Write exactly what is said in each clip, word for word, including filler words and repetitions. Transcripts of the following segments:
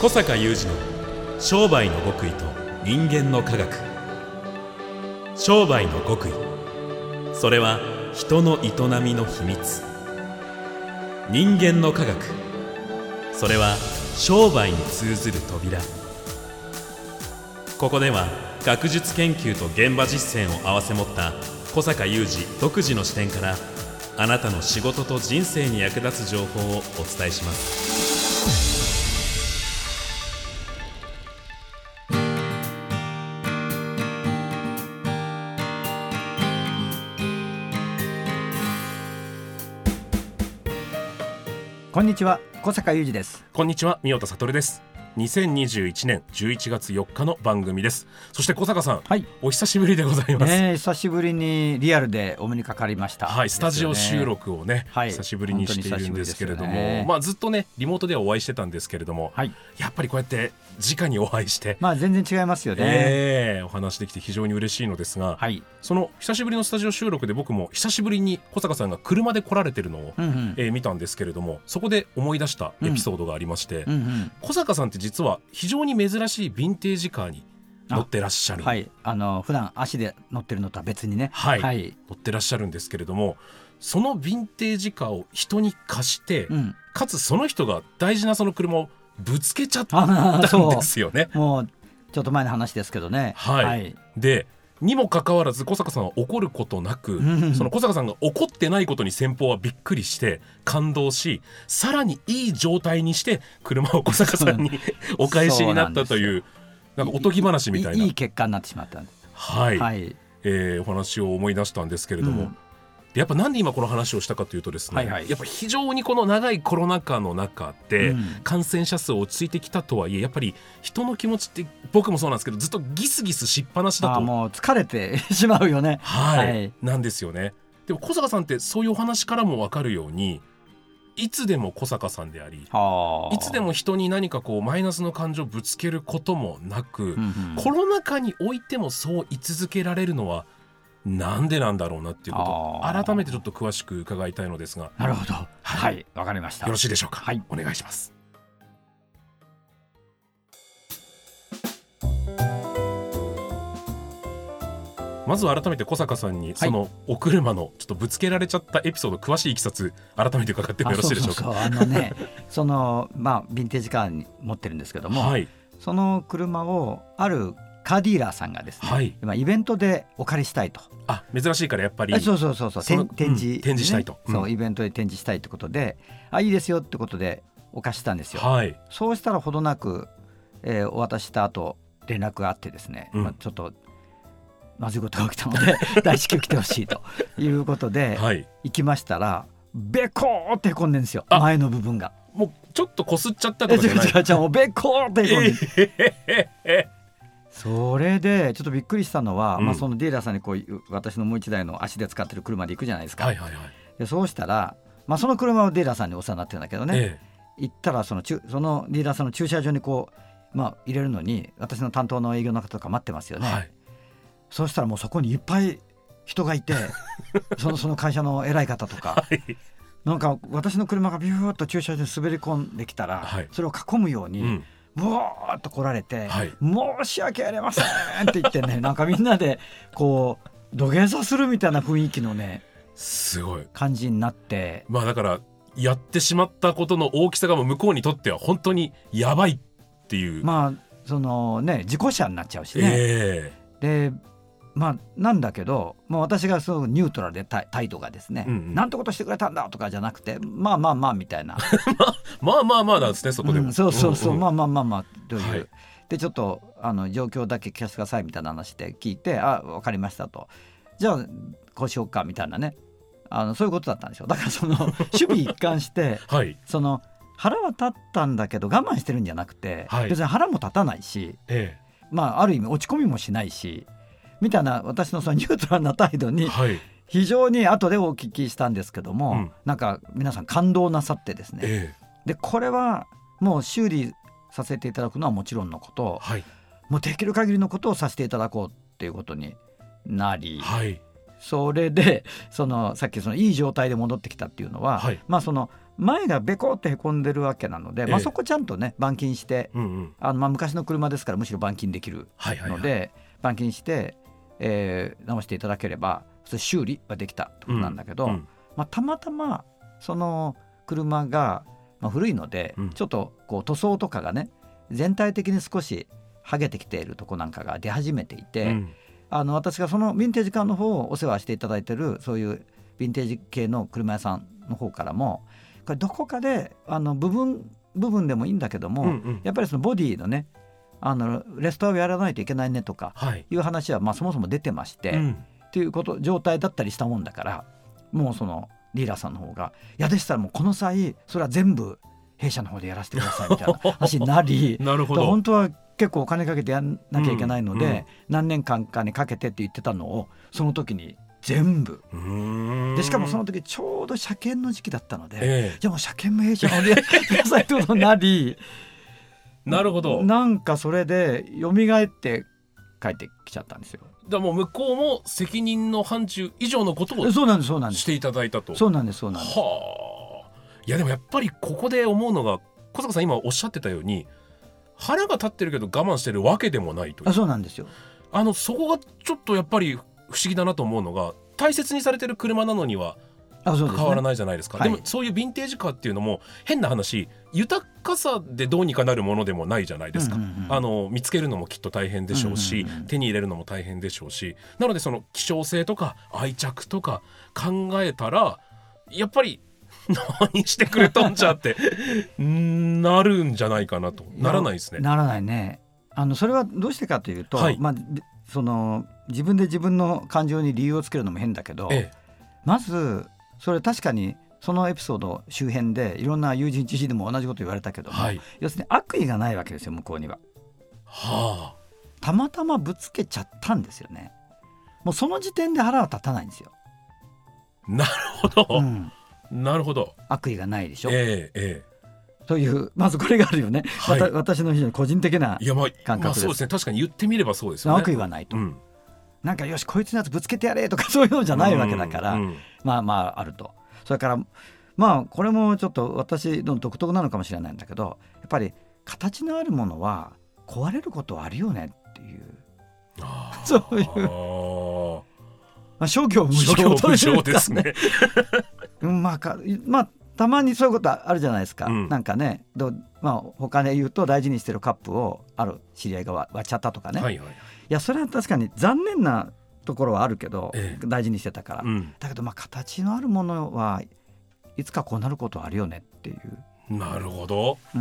小坂雄二の商売の極意と人間の科学。商売の極意、それは人の営みの秘密。人間の科学、それは商売に通ずる扉。ここでは学術研究と現場実践を併せ持った小坂雄二独自の視点から、あなたの仕事と人生に役立つ情報をお伝えします。 こんにちは、小坂雄二です。 こんにちは、三代田悟です。にせんにじゅういちねんじゅういちがつよっかの番組です。そして小坂さん、はい、お久しぶりでございます、 ね、久しぶりにリアルでお目にかかりました、 はい、スタジオ収録をね、はい、久しぶりにしているんですけれども、ね、まあ、ずっとねリモートではお会いしてたんですけれども、はい、やっぱりこうやって直にお会いして、 まあ、全然違いますよね、 えー、お話できて非常に嬉しいのですが、はい、その久しぶりのスタジオ収録で僕も久しぶりに小坂さんが車で来られてるのを、うんうん、えー、見たんですけれども、そこで思い出したエピソードがありまして、うんうんうん、小坂さんって実は非常に珍しいヴィンテージカーに乗ってらっしゃる。 はい、あの普段足で乗ってるのとは別にね、 はいはい、乗ってらっしゃるんですけれども、そのヴィンテージカーを人に貸して、うん、かつその人が大事なその車をぶつけちゃったんですよね。 もうちょっと前の話ですけどね、 はいはい、でにもかかわらず小坂さんは怒ることなく、うん、その小坂さんが怒ってないことに先方はびっくりして感動し、さらにいい状態にして車を小坂さんにお返しになったという、なんかおとぎ話みたいな、 いい、いい結果になってしまったんです。 はい、はい、えー、お話を思い出したんですけれども、うん、やっぱなんで今この話をしたかというとですね、はいはい、やっぱ非常にこの長いコロナ禍の中で感染者数落ち着いてきたとはいえ、やっぱり人の気持ちって僕もそうなんですけど、ずっとギスギスしっぱなしだと、 あ、もう疲れてしまうよね、 はいはい、なんですよね。でも小坂さんってそういうお話からも分かるように、いつでも小坂さんであり、いつでも人に何かこうマイナスの感情をぶつけることもなく、うんうん、コロナ禍においてもそう居続けられるのはなんでなんだろうなっていうことを改めてちょっと詳しく伺いたいのですが。 なるほど、はい、はい、わかりました。 よろしいでしょうか。 はい、 お願いします。まずは改めて小坂さんにそのお車のちょっとぶつけられちゃったエピソード、詳しいいきさつ改めて伺ってもよろしいでしょうか。 そうそうそう、あのねその、まあ、ヴィンテージカーに持ってるんですけども、はい、その車をあるカーディーラーさんがですね、はい、今イベントでお借りしたいと。 あ、珍しいからやっぱりそうそうそうそう、展示、うん、 展示したいと、 うん、そうイベントで展示したいってことで、あ、いいですよってことでお貸したんですよ、はい、そうしたらほどなく、えー、お渡しした後連絡があってですね、うん、まあ、ちょっとまずいことが起きたので大至急来てほしいということで、はい、行きましたらベコーってへこんでるんですよ、前の部分が。 もうちょっとこすっちゃったとかじゃない、 違う違う、もうベコーってへこんでる、えーそれでちょっとびっくりしたのは、うん、まあ、そのディーラーさんにこう私のもう一台の足で使ってる車で行くじゃないですか、はいはいはい、でそうしたら、まあ、その車をディーラーさんにお世話になってるんだけどね、ええ、行ったらその、そのディーラーさんの駐車場にこう、まあ、入れるのに私の担当の営業の方とか待ってますよね、はい、そうしたらもうそこにいっぱい人がいてその、その会社の偉い方とか、はい、なんか私の車がビューッと駐車場に滑り込んできたら、はい、それを囲むように、うん、ブワーッと来られて、はい、申し訳ありませんって言ってねなんかみんなでこう土下座するみたいな雰囲気のね、 すごい感じになって、 まあ、だからやってしまったことの大きさが向こうにとっては本当にやばいっていう、 まあそのね、事故車になっちゃうしね、えー、でまあ、なんだけど、まあ、私がそのニュートラルで態度がですね、うんうん、なんてことしてくれたんだとかじゃなくて、まあまあまあみたいなまあまあまあなんですね、そこでも、 うん、そうそうそう、うんうん、まあまあまあまあという、はい、でちょっとあの状況だけ聞かせてくださいみたいな話で聞いて、あ、分かりましたと、じゃあこうしようかみたいなね、あのそういうことだったんですよ。だからその守備一貫して、はい、その腹は立ったんだけど我慢してるんじゃなくて、はい、別に腹も立たないし、ええ、まあ、ある意味落ち込みもしないしみたいな、私のそのニュートラルな態度に非常に後でお聞きしたんですけども、うん、なんか皆さん感動なさってですね、ええ、でこれはもう修理させていただくのはもちろんのこと、はい、もうできる限りのことをさせていただこうっていうことになり、はい、 それでそのさっきそのいい状態で戻ってきたっていうのは、はい、まあその前がベコってへこんでるわけなので、ええまあ、そこちゃんとね板金して、うんうん、あのまあ昔の車ですからむしろ板金できるので、はいはいはい、板金して、えー、直していただければそれ修理はできたってことなんだけど、うんうんまあ、たまたまその車が、まあ、古いので、うん、ちょっとこう塗装とかがね全体的に少し剥げてきているとこなんかが出始めていて、うん、あの私がそのヴィンテージカーの方をお世話していただいているそういうヴィンテージ系の車屋さんの方からもこれどこかであの部分部分でもいいんだけども、うんうん、やっぱりそのボディのねあのレストアをやらないといけないねとかいう話はまあそもそも出てまして、はい、っていうこと状態だったりしたもんだからもうそのディーラーさんの方がいやでしたらもうこの際それは全部弊社の方でやらせてくださいみたいな話になりなるほど本当は結構お金かけてやんなきゃいけないので、うんうん、何年間かにかけてって言ってたのをその時に全部でしかもその時ちょうど車検の時期だったので、ええ、じゃあもう車検も弊社の方でやってくださいってことになりなるほどなんかそれで蘇って帰ってきちゃったんですよ。 だからもう向こうも責任の範疇以上のことをしていただいたと。 そうなんですそうなんです。 はあ。いやでもやっぱりここで思うのが小坂さん今おっしゃってたように腹が立ってるけど我慢してるわけでもないという。 あそうなんですよ。 あのそこがちょっとやっぱり不思議だなと思うのが大切にされてる車なのには変わらないじゃないですか。で、ねはい、でもそういうヴィンテージカーっていうのも変な話豊かさでどうにかなるものでもないじゃないですか、うんうんうん、あの見つけるのもきっと大変でしょうし、うんうんうん、手に入れるのも大変でしょうしなのでその希少性とか愛着とか考えたらやっぱり何してくれとんじゃってなるんじゃないかなと。ならないですね。 ならないね。あのそれはどうしてかというと、はいまあ、その自分で自分の感情に理由をつけるのも変だけど、ええ、まずそれ確かにそのエピソード周辺でいろんな友人知人でも同じこと言われたけども、はい、要するに悪意がないわけですよ向こうには、はあ、たまたまぶつけちゃったんですよね。もうその時点で腹は立たないんですよ。 なるほど、うん、なるほど。 悪意がないでしょ、 ええええというまずこれがあるよね、はい、私の非常に個人的な感覚です。いや、まあまあ、 そうですね。確かに言ってみればそうですよね。 悪意はないと、うん、なんかよしこいつのやつぶつけてやれとかそういうのじゃないわけだから、うんうん、まあまああると。それからまあこれもちょっと私の独特なのかもしれないんだけどやっぱり形のあるものは壊れることはあるよねっていうあそういうまあ諸行無常というかねまあかまあたまにそういうことあるじゃないですか、うん、なんかねど、まあ、他で言うと大事にしてるカップをある知り合いが割っちゃったとかね、はいはい、いやそれは確かに残念なところはあるけど、ええ、大事にしてたから、うん、だけどまあ形のあるものはいつかこうなることはあるよねっていう。 なるほど、 うん、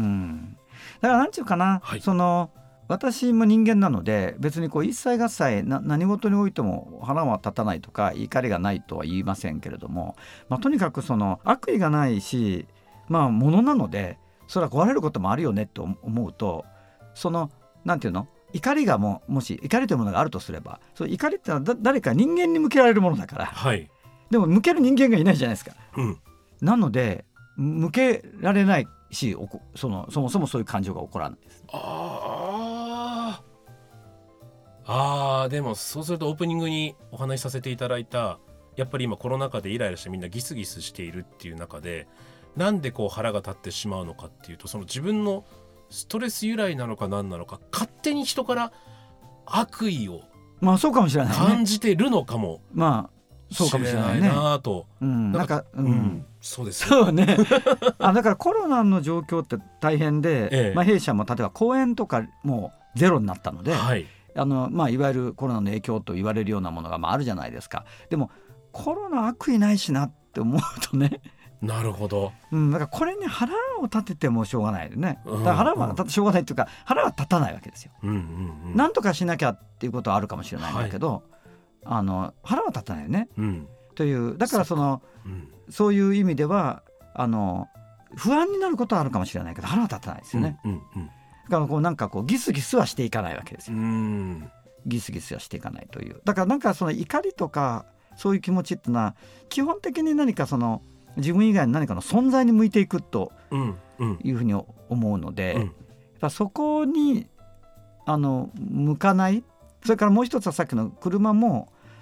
だからなんていうかな、はい、その私も人間なので別にこう一切合切な何事においても腹は立たないとか怒りがないとは言いませんけれども、まあ、とにかくその悪意がないしまあものなのでそれは壊れることもあるよねと思うとそのなんていうの怒りがももし怒りというものがあるとすればその怒りってのはだ誰か人間に向けられるものだから、はい、でも向ける人間がいないじゃないですか、うん、なので向けられないしそのそもそもそういう感情が起こらないです。 ああでもそうするとオープニングにお話しさせていただいたやっぱり今コロナ禍でイライラしてみんなギスギスしているっていう中でなんでこう腹が立ってしまうのかっていうとその自分のストレス由来なのか何なのか勝手に人から悪意をまあそうかもしれないね感じてるのかもまあそうかもしれないなと、 うん、なんか、うんうん、 そうですそうねあだからコロナの状況って大変で、ええまあ、弊社も例えば公演とかもうゼロになったので、はいあのまあ、いわゆるコロナの影響と言われるようなものがまああるじゃないですか。でもコロナ悪意ないしなって思うとねなるほど、 うん、だからこれに腹を立ててもしょうがないよね。だから腹は立てしょうがないっていうか腹は立たないわけですよ、うんうんうん、なんとかしなきゃっていうことはあるかもしれないんだけど、はい、あの腹は立たないよね、うん、というだからそのそ,、うん、そういう意味ではあの不安になることはあるかもしれないけど腹は立たないですよね、うんうんうん、だからこうなんかこうギスギスはしていかないわけですよ。うんギスギスはしていかないという。だからなんかその怒りとかそういう気持ちっていうのは基本的に何かその自分以外の何かの存在に向いていくというふうに思うので、うんうん、やっぱそこにあの向かない。それからもう一つはさっきの車も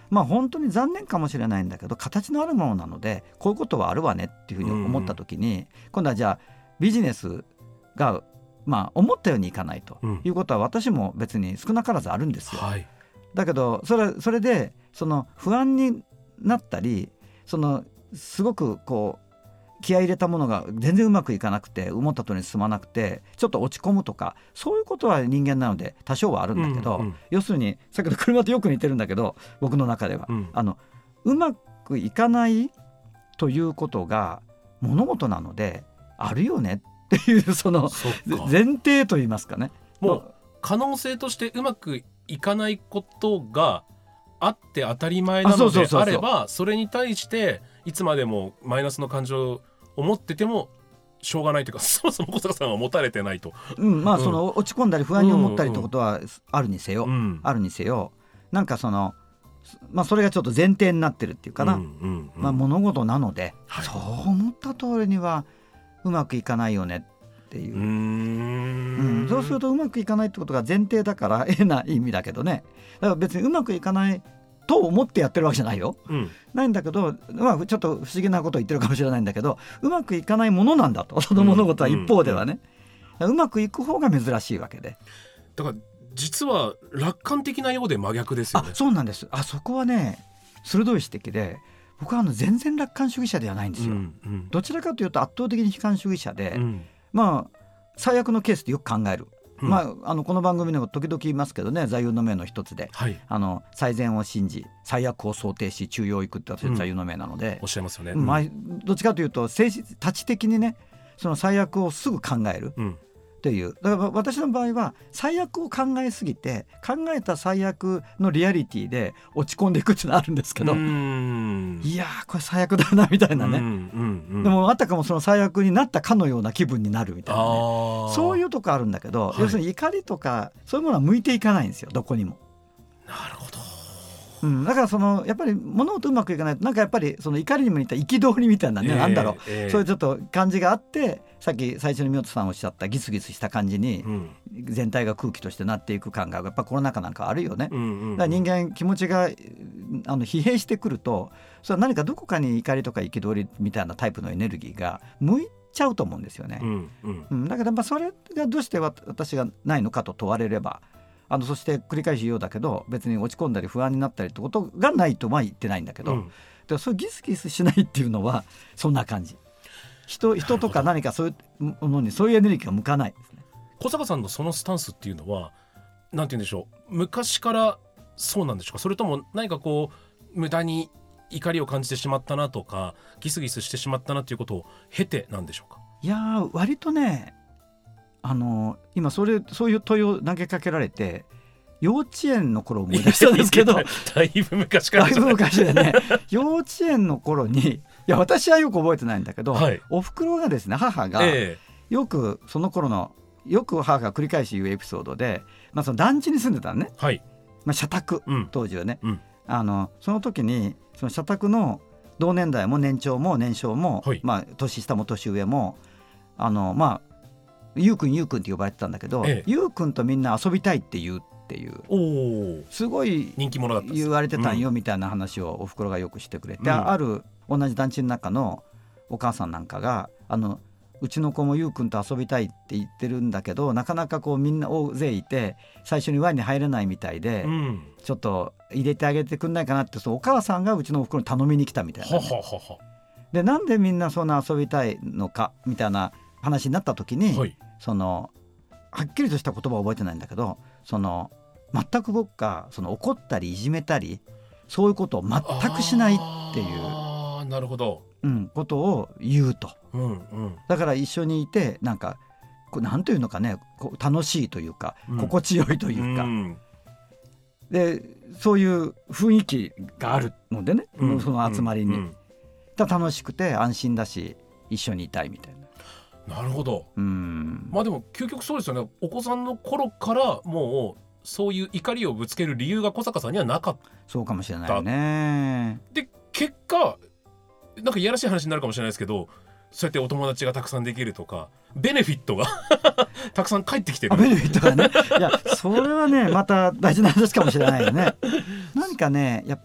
まあ本当に残念かもしれないんだけど形のあるものなのでこういうことはあるわねっていうふうに思った時に、うん、今度はじゃあビジネスがまあ思ったようにいかないということは私も別に少なからずあるんですよ、はい、だけどそれ、それでその不安になったりそのすごくこう気合い入れたものが全然うまくいかなくて思った通りに進まなくてちょっと落ち込むとかそういうことは人間なので多少はあるんだけど、うんうん、要するにさっきの車とよく似てるんだけど僕の中では、うん、あのうまくいかないということが物事なのであるよねっていうその前提といいますかね、 もう可能性としてうまくいかないことがあって当たり前なのであればそれに対していつまでもマイナスの感情を思っててもしょうがないというかそもそも小坂さんは持たれてないと、 うんまあ、その落ち込んだり不安に思ったりってことはあるにせよ、うんうん、あるにせよなんかその、まあ、それがちょっと前提になってるっていうかな、うんうんうんまあ、物事なので、はい、そう思った通りにはうまくいかないよねっていう、うーん、うん、そうするとうまくいかないってことが前提だから変な意味だけどね、だから別にうまくいかないと思ってやってるわけじゃないよ、うん、ないんだけど、まあ、ちょっと不思議なことを言ってるかもしれないんだけどうまくいかないものなんだとその物事は一方ではね、うんうんうん、うまくいく方が珍しいわけでだから実は楽観的なようで真逆ですよね。 あ、そうなんです。あそこはね鋭い指摘で僕はあの全然楽観主義者ではないんですよ、うんうん、どちらかというと圧倒的に悲観主義者で、うん、まあ最悪のケースでよく考える、うんまあ、あのこの番組でも時々言いますけどね座右の銘の一つで、はい、あの最善を信じ最悪を想定し中庸をいくって私は座右の銘なので、 うん、おっしゃいますよね、 まあ、どっちかというと精神立ち的にねその最悪をすぐ考える、うんというだから私の場合は最悪を考えすぎて考えた最悪のリアリティで落ち込んでいくっていうのはあるんですけど、うーんいやーこれ最悪だなみたいなね、うんうんうん、でもあたかもその最悪になったかのような気分になるみたいな、ね、そういうとこあるんだけど、はい、要するに怒りとかそういうものは向いていかないんですよどこにも。 なるほど、 うん、だからそのやっぱり物事うまくいかないとなんかやっぱりその怒りにも似た憤りみたいなね、えー、なんだろう、えー、そういうちょっと感じがあってさっき最初に宮本さんおっしゃったギスギスした感じに全体が空気としてなっていく感がやっぱコロナ禍なんかあるよね、うんうんうん、だから人間気持ちがあの疲弊してくるとそれは何かどこかに怒りとか憤りみたいなタイプのエネルギーが向いちゃうと思うんですよね、うんうんうん、だからまあそれがどうして私がないのかと問われればあのそして繰り返し言うようだけど別に落ち込んだり不安になったりってことがないとは言ってないんだけど、うん、でそうギスギスしないっていうのはそんな感じ 人, 人とか何かそういうものにそういうエネルギーが向かないですね。 小坂さんのそのスタンスっていうのはなんて言うんでしょう昔からそうなんでしょうかそれとも何かこう無駄に怒りを感じてしまったなとかギスギスしてしまったなということを経てなんでしょうか。 いや割とねあの今それそういう問いを投げかけられて幼稚園の頃思い出したんですけどだいぶ昔からだいぶ昔でね幼稚園の頃にいや私はよく覚えてないんだけど、はい、お袋がですね母がよくその頃のよく母が繰り返し言うエピソードで、まあ、その団地に住んでたのね、はいまあ、社宅、うん、当時はね、うん、あのその時にその社宅の同年代も年長も年少も、はいまあ、年下も年上もあのまあゆうくんゆうくんって呼ばれてたんだけど、ええ、ゆうくんとみんな遊びたいって言うっていうすごい人気者だった言われてたんよみたいな話をおふくろがよくしてくれて、うん、ある同じ団地の中のお母さんなんかがあのうちの子もゆうくんと遊びたいって言ってるんだけどなかなかこうみんな大勢いて最初に輪に入れないみたいで、うん、ちょっと入れてあげてくんないかなってそうお母さんがうちのおふくろに頼みに来たみたいな、ね、ははははでなんでみんなそんな遊びたいのかみたいな話になった時に、はい、そのはっきりとした言葉は覚えてないんだけどその全く僕がその怒ったりいじめたりそういうことを全くしないっていうあなるほど、 うん、ことを言うと、うんうん、だから一緒にいてなんかなんというのかねこう楽しいというか、うん、心地よいというか、うん、でそういう雰囲気があるのでね、うん、その集まりに、うんうん、だ楽しくて安心だし一緒にいたいみたいな。 なるほど。うんまあでも究極そうですよね。お子さんの頃からもうそういう怒りをぶつける理由が小坂さんにはなかった。 そうかもしれないね。 で結果なんかいやらしい話になるかもしれないですけどそうやってお友達がたくさんできるとかベネフィットがたくさん返ってきてる。 ベネフィットがねいやそれはねまた大事な話かもしれないよね何かねやっぱ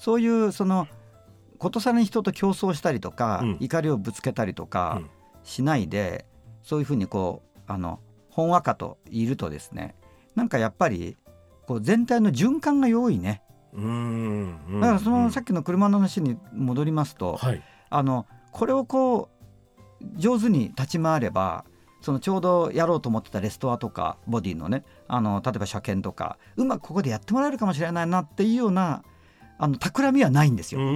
そういうそのことさらに人と競争したりとか、うん、怒りをぶつけたりとかしないで、うん、そういうふうにこうあのほんわかといるとですね、なんかやっぱりこう全体の循環が良いね。 うーん、うん、 だからそのさっきの車の話に戻りますと、はい、あのこれをこう上手に立ち回れば、そのちょうどやろうと思ってたレストアとかボディのね、あの例えば車検とかうまくここでやってもらえるかもしれないなっていうようなあの企みはないんですよ、うんうんうん、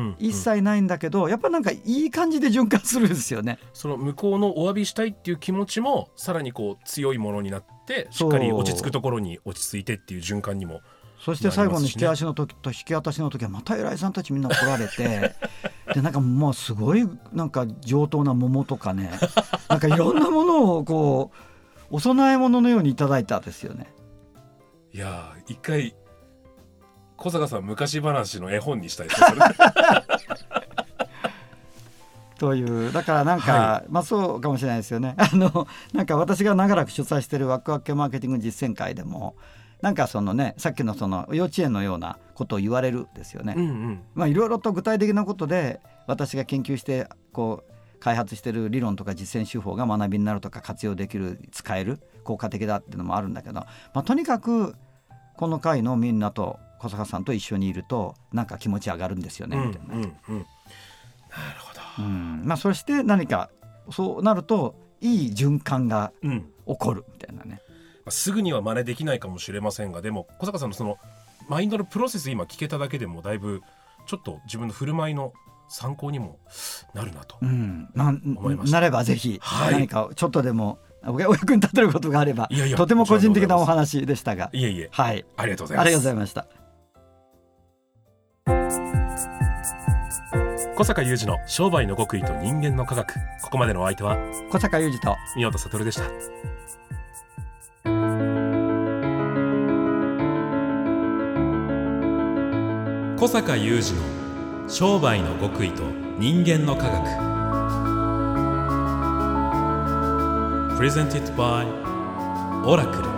一切ないんだけど、やっぱなんかいい感じで循環するんですよね。 その向こうのお詫びしたいっていう気持ちもさらにこう強いものになって、しっかり落ち着くところに落ち着いてっていう循環にも、 そして最後の引き足の時と引き渡しの時はまた偉いさんたちみんな来られてでなんかもうすごいなんか上等な桃とかね、なんかいろんなものをこうお供え物のようにいただいたんですよね。 いや一回小坂さん昔話の絵本にしたいですというだからなんか、はい、まあそうかもしれないですよね。あのなんか私が長らく主催しているワクワク系マーケティング実践会でもなんかそのね、さっきのその幼稚園のようなことを言われるですよね、うんうん、まあいろいろと具体的なことで私が研究してこう開発している理論とか実践手法が学びになるとか活用できる、使える、効果的だっていうのもあるんだけど、まあ、とにかくこの会のみんなと小坂さんと一緒にいるとなんか気持ち上がるんですよね、みたいな、うんうんうん、なるほど、 うんまあ、そして何かそうなるといい循環が起こるみたいなね、 うん、すぐには真似できないかもしれませんが、でも小坂さんのそのマインドのプロセス今聞けただけでもだいぶちょっと自分の振る舞いの参考にもなるなと思いました、 うん、なればぜひ何かちょっとでもお役に立てることがあれば、いやいやとても個人的なお話でしたが、 いえいえ、 はい、 ありがとうございます。 ありがとうございました。 小坂雄二の商売の極意と人間の科学、ここまでのお相手は小坂雄二と宮本悟でした。 小坂雄二の商売の極意と人間の科学、プレゼンティッドバイオラクル。